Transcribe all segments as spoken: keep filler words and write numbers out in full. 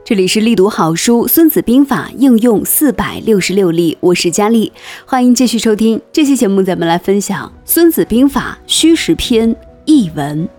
这里是力读好书《孙子兵法》应用四百六十六例，我是佳丽，欢迎继续收听这期节目。咱们来分享《孙子兵法·虚实篇》译文。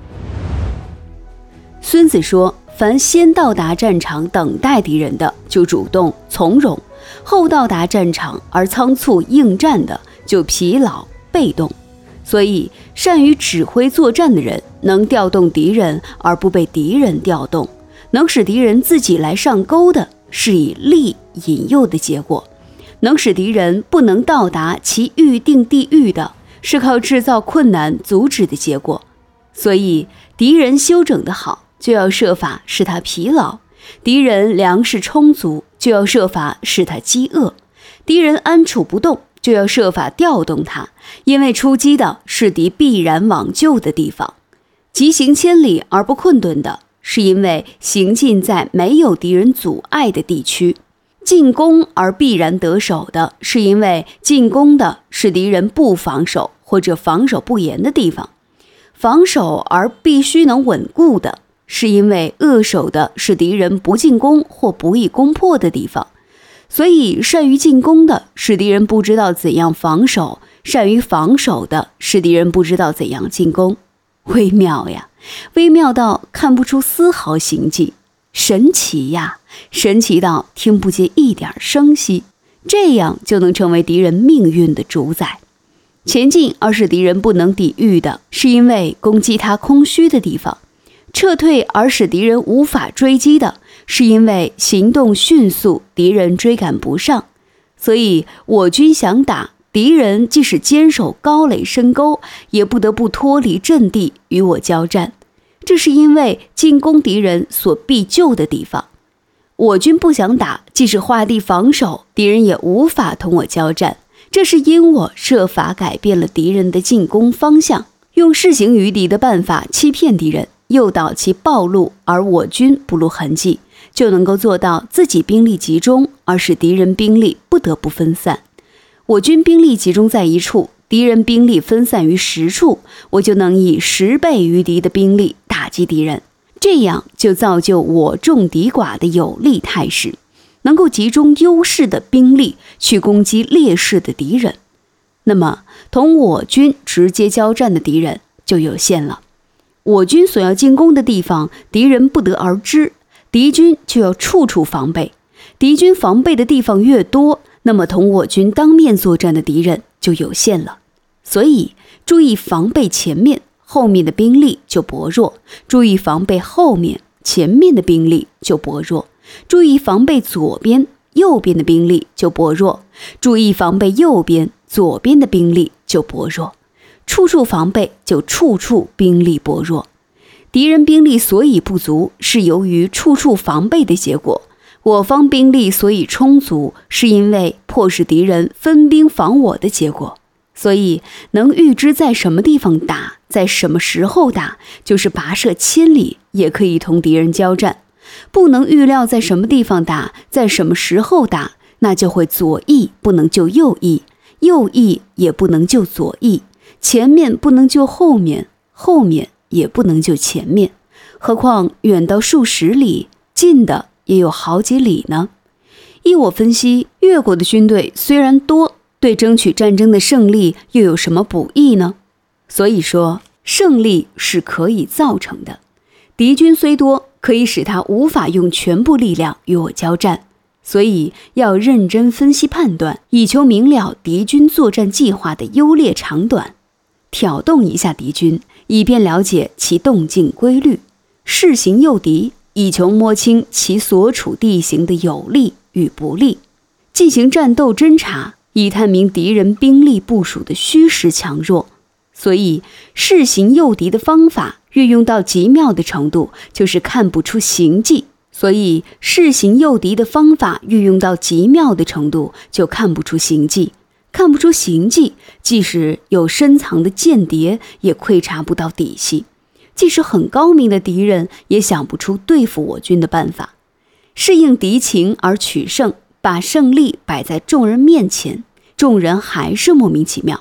孙子说，凡先到达战场等待敌人的，就主动从容；后到达战场而仓促应战的，就疲劳被动。所以，善于指挥作战的人，能调动敌人而不被敌人调动，能使敌人自己来上钩的，是以利引诱的结果；能使敌人不能到达其预定地域的，是靠制造困难阻止的结果。所以，敌人休整得好，就要设法使他疲劳；敌人粮食充足，就要设法使他饥饿；敌人安处不动，就要设法调动他，因为出击的是敌必然往救的地方。疾行千里而不困顿的，是因为行进在没有敌人阻碍的地区；进攻而必然得手的，是因为进攻的是敌人不防守或者防守不严的地方；防守而必须能稳固的，是因为扼守的是敌人不进攻或不易攻破的地方。所以善于进攻的是敌人不知道怎样防守，善于防守的是敌人不知道怎样进攻。微妙呀，微妙到看不出丝毫形迹；神奇呀，神奇到听不见一点声息。这样就能成为敌人命运的主宰。前进而使敌人不能抵御的，是因为攻击他空虚的地方；撤退而使敌人无法追击的，是因为行动迅速，敌人追赶不上。所以我军想打，敌人即使坚守高垒深沟，也不得不脱离阵地与我交战。这是因为进攻敌人所必救的地方。我军不想打，即使画地防守，敌人也无法同我交战。这是因我设法改变了敌人的进攻方向，用适行于敌的办法欺骗敌人，诱导其暴露，而我军不露痕迹，就能够做到自己兵力集中，而使敌人兵力不得不分散。我军兵力集中在一处，敌人兵力分散于十处，我就能以十倍于敌的兵力打击敌人，这样就造就我众敌寡的有利态势，能够集中优势的兵力去攻击劣势的敌人。那么同我军直接交战的敌人就有限了。我军所要进攻的地方，敌人不得而知，敌军就要处处防备。敌军防备的地方越多，那么同我军当面作战的敌人就有限了。所以注意防备前面，后面的兵力就薄弱；注意防备后面，前面的兵力就薄弱；注意防备左边，右边的兵力就薄弱；注意防备右边，左边的兵力就薄弱。处处防备，就处处兵力薄弱。敌人兵力所以不足，是由于处处防备的结果；我方兵力所以充足，是因为迫使敌人分兵防我的结果。所以能预知在什么地方打，在什么时候打，就是跋涉千里也可以同敌人交战；不能预料在什么地方打，在什么时候打，那就会左翼不能救右翼，右翼也不能救左翼，前面不能救后面，后面也不能救前面，何况远到数十里，近的也有好几里呢。依我分析，越国的军队虽然多，对争取战争的胜利又有什么补益呢？所以说，胜利是可以造成的。敌军虽多，可以使他无法用全部力量与我交战，所以要认真分析判断，以求明了敌军作战计划的优劣长短，挑动一下敌军，以便了解其动静规律；试行诱敌，以求摸清其所处地形的有利与不利；进行战斗侦察，以探明敌人兵力部署的虚实强弱。所以试行诱敌的方法运用到极妙的程度，就是看不出形迹；所以试行诱敌的方法运用到极妙的程度，就看不出形迹。看不出形迹，即使有深藏的间谍，也窥察不到底细；即使很高明的敌人，也想不出对付我军的办法。适应敌情而取胜，把胜利摆在众人面前，众人还是莫名其妙。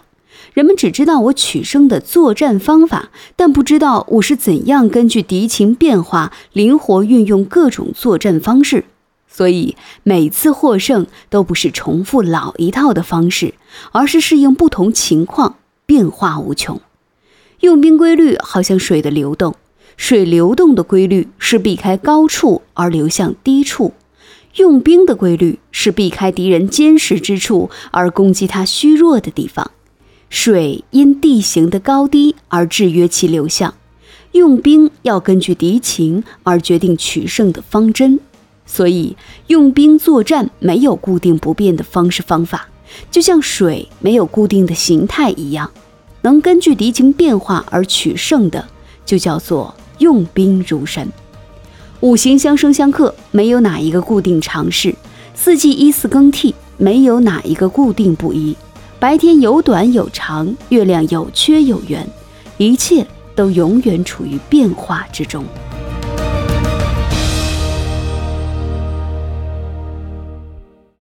人们只知道我取胜的作战方法，但不知道我是怎样根据敌情变化，灵活运用各种作战方式。所以每次获胜都不是重复老一套的方式，而是适应不同情况，变化无穷。用兵规律好像水的流动，水流动的规律是避开高处而流向低处，用兵的规律是避开敌人坚实之处而攻击他虚弱的地方。水因地形的高低而制约其流向，用兵要根据敌情而决定取胜的方针。所以用兵作战没有固定不变的方式方法，就像水没有固定的形态一样，能根据敌情变化而取胜的，就叫做用兵如神。五行相生相克，没有哪一个固定常识；四季依次更替，没有哪一个固定不一。白天有短有长，月亮有缺有圆，一切都永远处于变化之中。